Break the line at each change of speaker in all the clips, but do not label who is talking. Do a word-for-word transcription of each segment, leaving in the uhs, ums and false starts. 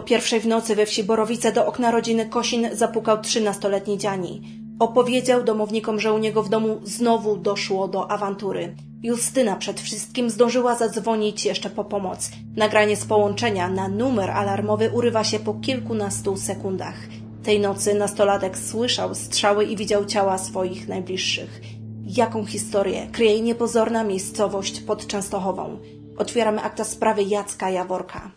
pierwszej w nocy we wsi Borowice do okna rodziny Kosin zapukał trzynastoletni Dziani. Opowiedział domownikom, że u niego w domu znowu doszło do awantury. Justyna przed wszystkim zdążyła zadzwonić jeszcze po pomoc. Nagranie z połączenia na numer alarmowy urywa się po kilkunastu sekundach. Tej nocy nastolatek słyszał strzały i widział ciała swoich najbliższych. Jaką historię kryje niepozorna miejscowość pod Częstochową? Otwieramy akta sprawy Jacka Jaworka.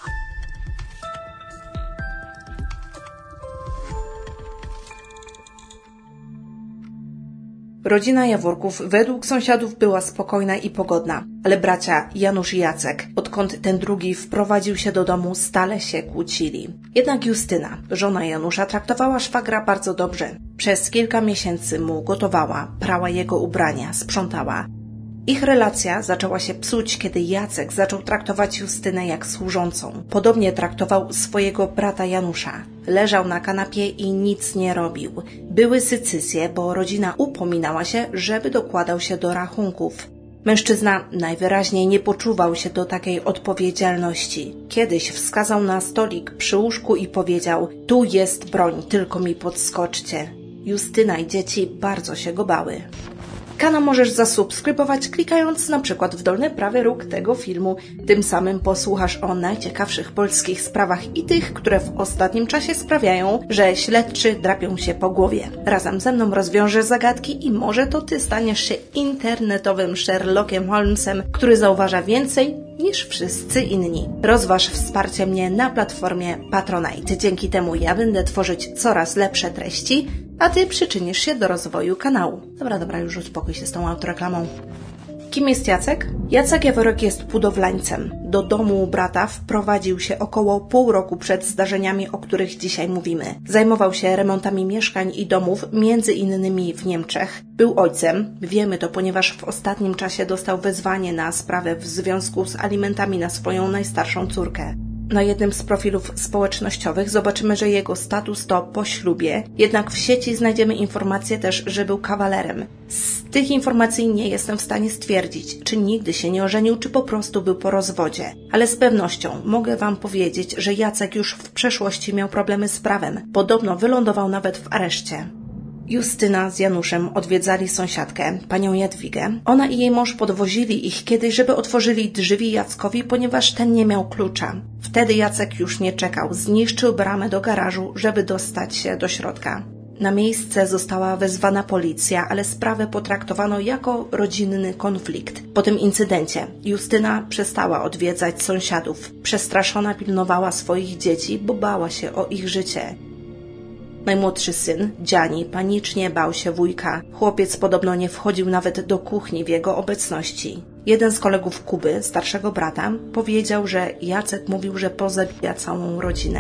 Rodzina Jaworków według sąsiadów była spokojna i pogodna, ale bracia Janusz i Jacek, odkąd ten drugi wprowadził się do domu, stale się kłócili. Jednak Justyna, żona Janusza, traktowała szwagra bardzo dobrze. Przez kilka miesięcy mu gotowała, prała jego ubrania, sprzątała. Ich relacja zaczęła się psuć, kiedy Jacek zaczął traktować Justynę jak służącą. Podobnie traktował swojego brata Janusza. Leżał na kanapie i nic nie robił. Były sycysje, bo rodzina upominała się, żeby dokładał się do rachunków. Mężczyzna najwyraźniej nie poczuwał się do takiej odpowiedzialności. Kiedyś wskazał na stolik przy łóżku i powiedział: tu jest broń, tylko mi podskoczcie. Justyna i dzieci bardzo się go bały. Kanał możesz zasubskrybować, klikając na przykład w dolny prawy róg tego filmu. Tym samym posłuchasz o najciekawszych polskich sprawach i tych, które w ostatnim czasie sprawiają, że śledczy drapią się po głowie. Razem ze mną rozwiążesz zagadki i może to ty staniesz się internetowym Sherlockiem Holmesem, który zauważa więcej niż wszyscy inni. Rozważ wsparcie mnie na platformie Patronite. Dzięki temu ja będę tworzyć coraz lepsze treści, a ty przyczynisz się do rozwoju kanału. Dobra, dobra, już uspokój się z tą autoreklamą. Kim jest Jacek? Jacek Jaworek jest budowlańcem. Do domu brata wprowadził się około pół roku przed zdarzeniami, o których dzisiaj mówimy. Zajmował się remontami mieszkań i domów, między innymi w Niemczech. Był ojcem. Wiemy to, ponieważ w ostatnim czasie dostał wezwanie na sprawę w związku z alimentami na swoją najstarszą córkę. Na jednym z profilów społecznościowych zobaczymy, że jego status to po ślubie, jednak w sieci znajdziemy informację też, że był kawalerem. Z tych informacji nie jestem w stanie stwierdzić, czy nigdy się nie ożenił, czy po prostu był po rozwodzie. Ale z pewnością mogę wam powiedzieć, że Jacek już w przeszłości miał problemy z prawem. Podobno wylądował nawet w areszcie. Justyna z Januszem odwiedzali sąsiadkę, panią Jadwigę. Ona i jej mąż podwozili ich kiedyś, żeby otworzyli drzwi Jackowi, ponieważ ten nie miał klucza. Wtedy Jacek już nie czekał, zniszczył bramę do garażu, żeby dostać się do środka. Na miejsce została wezwana policja, ale sprawę potraktowano jako rodzinny konflikt. Po tym incydencie Justyna przestała odwiedzać sąsiadów. Przestraszona pilnowała swoich dzieci, bo bała się o ich życie. Najmłodszy syn, Dziani, panicznie bał się wujka. Chłopiec podobno nie wchodził nawet do kuchni w jego obecności. Jeden z kolegów Kuby, starszego brata, powiedział, że Jacek mówił, że pozabija całą rodzinę.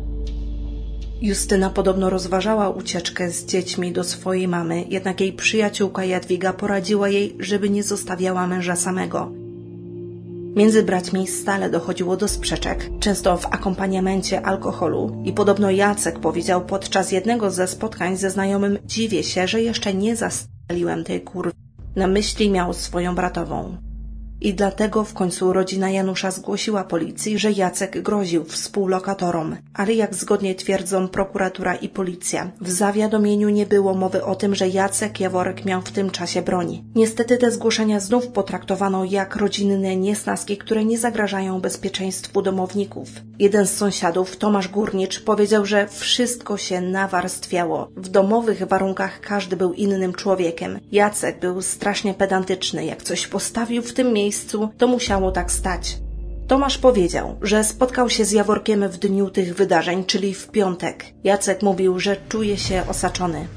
Justyna podobno rozważała ucieczkę z dziećmi do swojej mamy, jednak jej przyjaciółka Jadwiga poradziła jej, żeby nie zostawiała męża samego. Między braćmi stale dochodziło do sprzeczek, często w akompaniamencie alkoholu, i podobno Jacek powiedział podczas jednego ze spotkań ze znajomym: dziwię się, że jeszcze nie zastaliłem tej kurwy. Na myśli miał swoją bratową. I dlatego w końcu rodzina Janusza zgłosiła policji, że Jacek groził współlokatorom. Ale jak zgodnie twierdzą prokuratura i policja, w zawiadomieniu nie było mowy o tym, że Jacek Jaworek miał w tym czasie broń. Niestety te zgłoszenia znów potraktowano jak rodzinne niesnaski, które nie zagrażają bezpieczeństwu domowników. Jeden z sąsiadów, Tomasz Górnicz, powiedział, że wszystko się nawarstwiało. W domowych warunkach każdy był innym człowiekiem. Jacek był strasznie pedantyczny. Jak coś postawił w tym miejscu, to musiało tak stać. Tomasz powiedział, że spotkał się z Jaworkiem w dniu tych wydarzeń, czyli w piątek. Jacek mówił, że czuje się osaczony.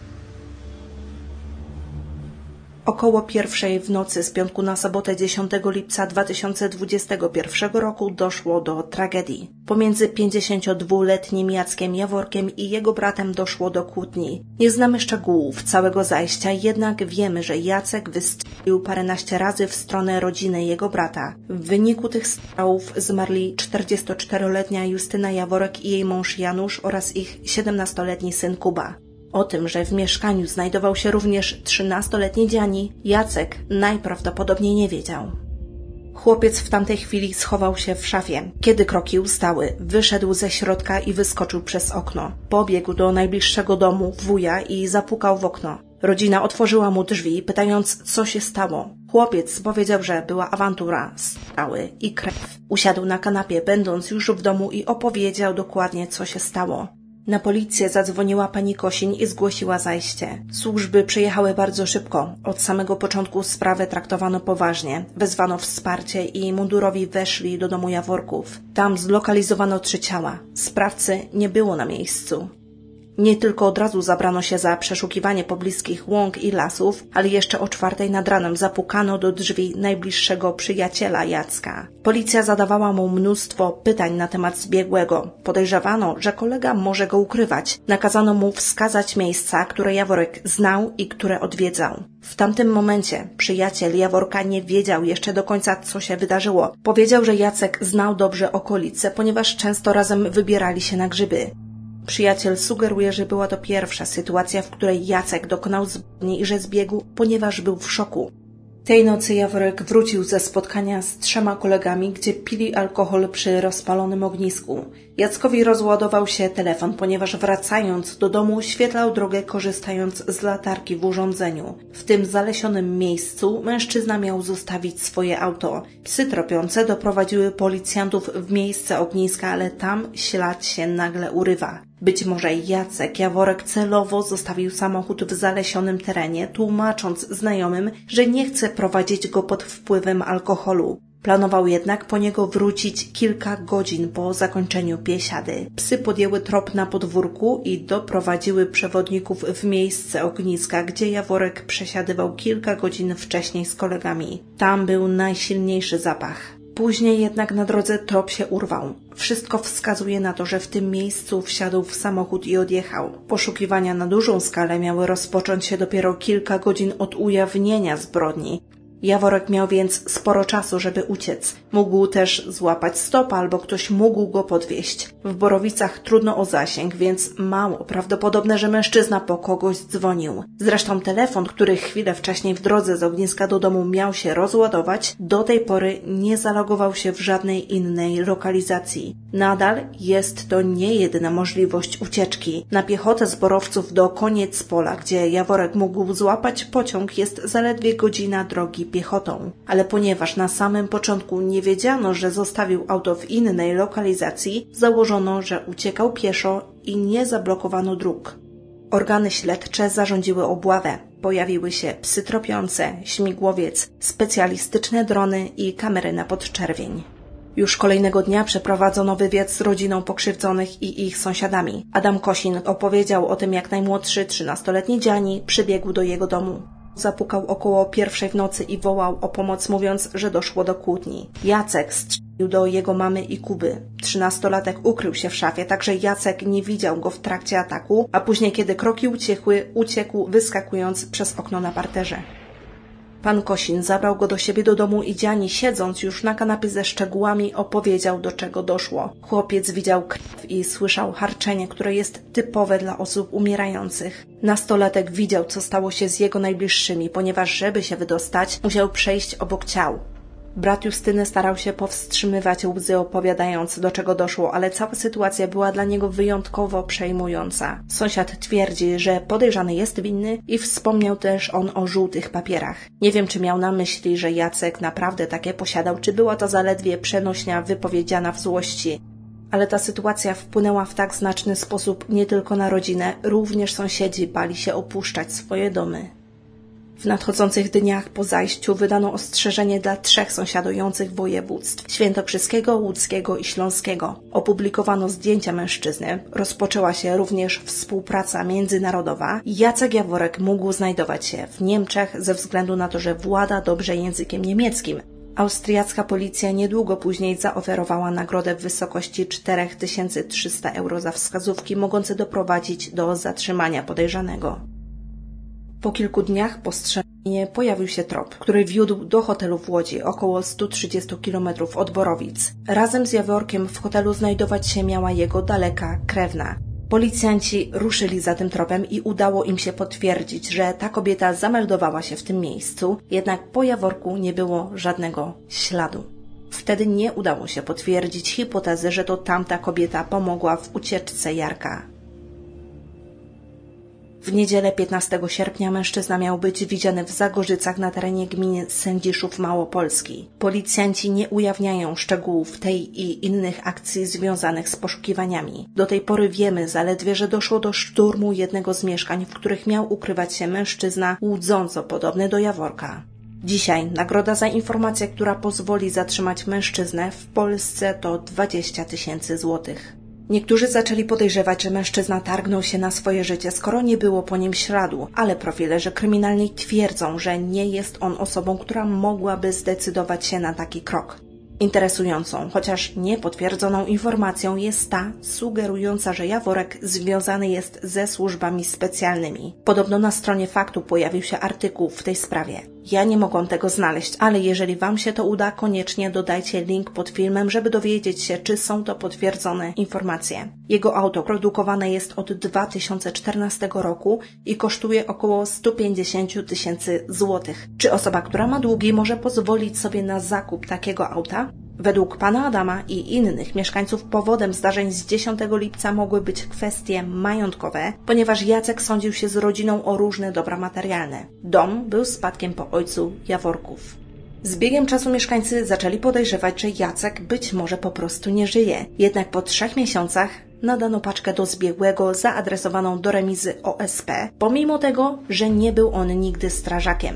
Około pierwszej w nocy z piątku na sobotę dziesiątego lipca dwa tysiące dwudziestego pierwszego roku doszło do tragedii. Pomiędzy pięćdziesięciodwuletnim Jackiem Jaworkiem i jego bratem doszło do kłótni. Nie znamy szczegółów całego zajścia, jednak wiemy, że Jacek wystrzelił paręnaście razy w stronę rodziny jego brata. W wyniku tych strzałów zmarli czterdziestoczteroletnia Justyna Jaworek i jej mąż Janusz oraz ich siedemnastoletni syn Kuba. O tym, że w mieszkaniu znajdował się również trzynastoletni Dziani, Jacek najprawdopodobniej nie wiedział. Chłopiec w tamtej chwili schował się w szafie. Kiedy kroki ustały, wyszedł ze środka i wyskoczył przez okno. Pobiegł do najbliższego domu wuja i zapukał w okno. Rodzina otworzyła mu drzwi, pytając, co się stało. Chłopiec powiedział, że była awantura, strzały i krew. Usiadł na kanapie, będąc już w domu, i opowiedział dokładnie, co się stało. Na policję zadzwoniła pani Kosiń i zgłosiła zajście. Służby przyjechały bardzo szybko. Od samego początku sprawę traktowano poważnie. Wezwano wsparcie i mundurowi weszli do domu Jaworków. Tam zlokalizowano trzy ciała. Sprawcy nie było na miejscu. Nie tylko od razu zabrano się za przeszukiwanie pobliskich łąk i lasów, ale jeszcze o czwartej nad ranem zapukano do drzwi najbliższego przyjaciela Jacka. Policja zadawała mu mnóstwo pytań na temat zbiegłego. Podejrzewano, że kolega może go ukrywać. Nakazano mu wskazać miejsca, które Jaworek znał i które odwiedzał. W tamtym momencie przyjaciel Jaworka nie wiedział jeszcze do końca, co się wydarzyło. Powiedział, że Jacek znał dobrze okolice, ponieważ często razem wybierali się na grzyby. Przyjaciel sugeruje, że była to pierwsza sytuacja, w której Jacek dokonał zbrodni i że zbiegł, ponieważ był w szoku. Tej nocy Jaworek wrócił ze spotkania z trzema kolegami, gdzie pili alkohol przy rozpalonym ognisku. Jackowi rozładował się telefon, ponieważ wracając do domu świetlał drogę, korzystając z latarki w urządzeniu. W tym zalesionym miejscu mężczyzna miał zostawić swoje auto. Psy tropiące doprowadziły policjantów w miejsce ogniska, ale tam ślad się nagle urywa. Być może Jacek Jaworek celowo zostawił samochód w zalesionym terenie, tłumacząc znajomym, że nie chce prowadzić go pod wpływem alkoholu. Planował jednak po niego wrócić kilka godzin po zakończeniu biesiady. Psy podjęły trop na podwórku i doprowadziły przewodników w miejsce ogniska, gdzie Jaworek przesiadywał kilka godzin wcześniej z kolegami. Tam był najsilniejszy zapach. Później jednak na drodze trop się urwał. Wszystko wskazuje na to, że w tym miejscu wsiadł w samochód i odjechał. Poszukiwania na dużą skalę miały rozpocząć się dopiero kilka godzin od ujawnienia zbrodni. Jaworek miał więc sporo czasu, żeby uciec. Mógł też złapać stopa albo ktoś mógł go podwieźć. W Borowicach trudno o zasięg, więc mało prawdopodobne, że mężczyzna po kogoś dzwonił. Zresztą telefon, który chwilę wcześniej w drodze z ogniska do domu miał się rozładować, do tej pory nie zalogował się w żadnej innej lokalizacji. Nadal jest to nie jedyna możliwość ucieczki. Na piechotę z Borowców do Koniecpola, gdzie Jaworek mógł złapać pociąg, jest zaledwie godzina drogi piechotą. Ale ponieważ na samym początku nie wiedziano, że zostawił auto w innej lokalizacji, założono, że uciekał pieszo i nie zablokowano dróg. Organy śledcze zarządziły obławę. Pojawiły się psy tropiące, śmigłowiec, specjalistyczne drony i kamery na podczerwień. Już kolejnego dnia przeprowadzono wywiad z rodziną pokrzywdzonych i ich sąsiadami. Adam Kosin opowiedział o tym, jak najmłodszy, trzynastoletni Dziani przybiegł do jego domu. Zapukał około pierwszej w nocy i wołał o pomoc, mówiąc, że doszło do kłótni. Jacek strzelił do jego mamy i Kuby. Trzynastolatek ukrył się w szafie, także Jacek nie widział go w trakcie ataku, a później, kiedy kroki ucichły, uciekł, wyskakując przez okno na parterze. Pan Kosin zabrał go do siebie do domu i Dziani, siedząc już na kanapie ze szczegółami, opowiedział, do czego doszło. Chłopiec widział krew i słyszał harczenie, które jest typowe dla osób umierających. Nastolatek widział, co stało się z jego najbliższymi, ponieważ żeby się wydostać, musiał przejść obok ciał. Brat Justyny starał się powstrzymywać łzy, opowiadając, do czego doszło, ale cała sytuacja była dla niego wyjątkowo przejmująca. Sąsiad twierdzi, że podejrzany jest winny i wspomniał też on o żółtych papierach. Nie wiem, czy miał na myśli, że Jacek naprawdę takie posiadał, czy była to zaledwie przenośnia wypowiedziana w złości. Ale ta sytuacja wpłynęła w tak znaczny sposób nie tylko na rodzinę, również sąsiedzi bali się opuszczać swoje domy. W nadchodzących dniach po zajściu wydano ostrzeżenie dla trzech sąsiadujących województw – świętokrzyskiego, łódzkiego i śląskiego. Opublikowano zdjęcia mężczyzny. Rozpoczęła się również współpraca międzynarodowa. Jacek Jaworek mógł znajdować się w Niemczech ze względu na to, że włada dobrze językiem niemieckim. Austriacka policja niedługo później zaoferowała nagrodę w wysokości cztery tysiące trzysta euro za wskazówki mogące doprowadzić do zatrzymania podejrzanego. Po kilku dniach po strzelinie pojawił się trop, który wiódł do hotelu w Łodzi, około sto trzydzieści kilometrów od Borowic. Razem z Jaworkiem w hotelu znajdować się miała jego daleka krewna. Policjanci ruszyli za tym tropem i udało im się potwierdzić, że ta kobieta zameldowała się w tym miejscu, jednak po Jaworku nie było żadnego śladu. Wtedy nie udało się potwierdzić hipotezy, że to tamta kobieta pomogła w ucieczce Jarka. W niedzielę piętnastego sierpnia mężczyzna miał być widziany w Zagorzycach na terenie gminy Sędziszów Małopolski. Policjanci nie ujawniają szczegółów tej i innych akcji związanych z poszukiwaniami. Do tej pory wiemy zaledwie, że doszło do szturmu jednego z mieszkań, w których miał ukrywać się mężczyzna łudząco podobny do Jaworka. Dzisiaj nagroda za informację, która pozwoli zatrzymać mężczyznę w Polsce to dwadzieścia tysięcy złotych. Niektórzy zaczęli podejrzewać, że mężczyzna targnął się na swoje życie, skoro nie było po nim śladu, ale profilerzy kryminalni twierdzą, że nie jest on osobą, która mogłaby zdecydować się na taki krok. Interesującą, chociaż niepotwierdzoną informacją jest ta sugerująca, że Jaworek związany jest ze służbami specjalnymi. Podobno na stronie Faktu pojawił się artykuł w tej sprawie. Ja nie mogłam tego znaleźć, ale jeżeli Wam się to uda, koniecznie dodajcie link pod filmem, żeby dowiedzieć się, czy są to potwierdzone informacje. Jego auto produkowane jest od dwa tysiące czternastego roku i kosztuje około sto pięćdziesiąt tysięcy złotych. Czy osoba, która ma długi, może pozwolić sobie na zakup takiego auta? Według pana Adama i innych mieszkańców powodem zdarzeń z dziesiątego lipca mogły być kwestie majątkowe, ponieważ Jacek sądził się z rodziną o różne dobra materialne. Dom był spadkiem po ojcu Jaworków. Z biegiem czasu mieszkańcy zaczęli podejrzewać, że Jacek być może po prostu nie żyje. Jednak po trzech miesiącach nadano paczkę do zbiegłego zaadresowaną do remizy O S P, pomimo tego, że nie był on nigdy strażakiem.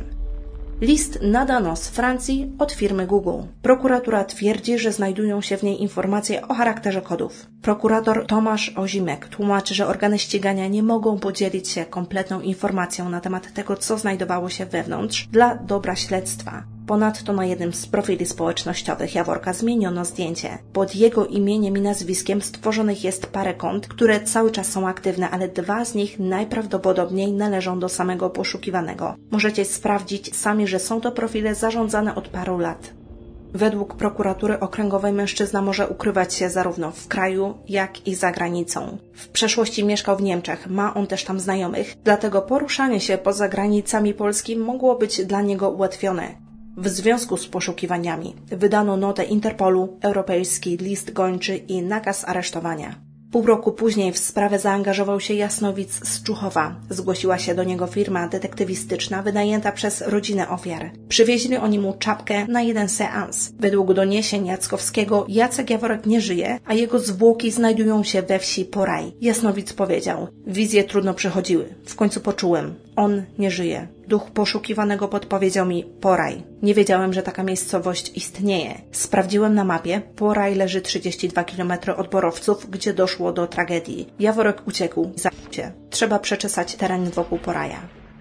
List nadano z Francji od firmy Google. Prokuratura twierdzi, że znajdują się w niej informacje o charakterze kodów. Prokurator Tomasz Ozimek tłumaczy, że organy ścigania nie mogą podzielić się kompletną informacją na temat tego, co znajdowało się wewnątrz dla dobra śledztwa. Ponadto na jednym z profili społecznościowych Jaworka zmieniono zdjęcie. Pod jego imieniem i nazwiskiem stworzonych jest parę kont, które cały czas są aktywne, ale dwa z nich najprawdopodobniej należą do samego poszukiwanego. Możecie sprawdzić sami, że są to profile zarządzane od paru lat. Według prokuratury okręgowej mężczyzna może ukrywać się zarówno w kraju, jak i za granicą. W przeszłości mieszkał w Niemczech, ma on też tam znajomych, dlatego poruszanie się poza granicami Polski mogło być dla niego ułatwione. W związku z poszukiwaniami wydano notę Interpolu, europejski list gończy i nakaz aresztowania. Pół roku później w sprawę zaangażował się jasnowic z Czuchowa. Zgłosiła się do niego firma detektywistyczna wynajęta przez rodzinę ofiar. Przywieźli oni mu czapkę na jeden seans. Według doniesień Jackowskiego Jacek Jaworek nie żyje, a jego zwłoki znajdują się we wsi Poraj. Jasnowic powiedział: wizje trudno przychodziły. W końcu poczułem. On nie żyje. Duch poszukiwanego podpowiedział mi Poraj. Nie wiedziałem, że taka miejscowość istnieje. Sprawdziłem na mapie. Poraj leży trzydzieści dwa kilometry od Borowców, gdzie doszło do tragedii. Jaworek uciekł. Zabił się. Trzeba przeczesać teren wokół Poraja.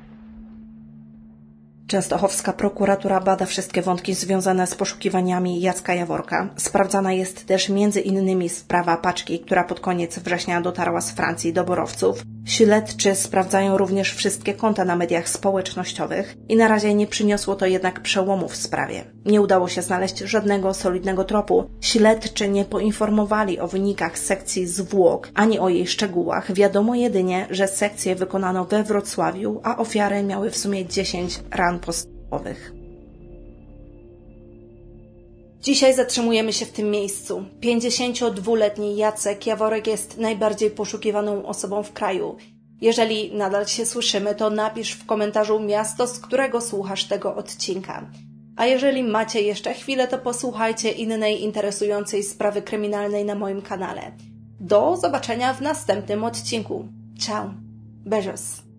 Częstochowska prokuratura bada wszystkie wątki związane z poszukiwaniami Jacka Jaworka. Sprawdzana jest też między innymi sprawa paczki, która pod koniec września dotarła z Francji do Borowców. Śledczy sprawdzają również wszystkie konta na mediach społecznościowych i na razie nie przyniosło to jednak przełomu w sprawie. Nie udało się znaleźć żadnego solidnego tropu. Śledczy nie poinformowali o wynikach sekcji zwłok ani o jej szczegółach. Wiadomo jedynie, że sekcję wykonano we Wrocławiu, a ofiary miały w sumie dziesięć ran podstawowych. Dzisiaj zatrzymujemy się w tym miejscu. pięćdziesięciodwuletni Jacek Jaworek jest najbardziej poszukiwaną osobą w kraju. Jeżeli nadal się słyszymy, to napisz w komentarzu miasto, z którego słuchasz tego odcinka. A jeżeli macie jeszcze chwilę, to posłuchajcie innej interesującej sprawy kryminalnej na moim kanale. Do zobaczenia w następnym odcinku. Ciao. Beijos.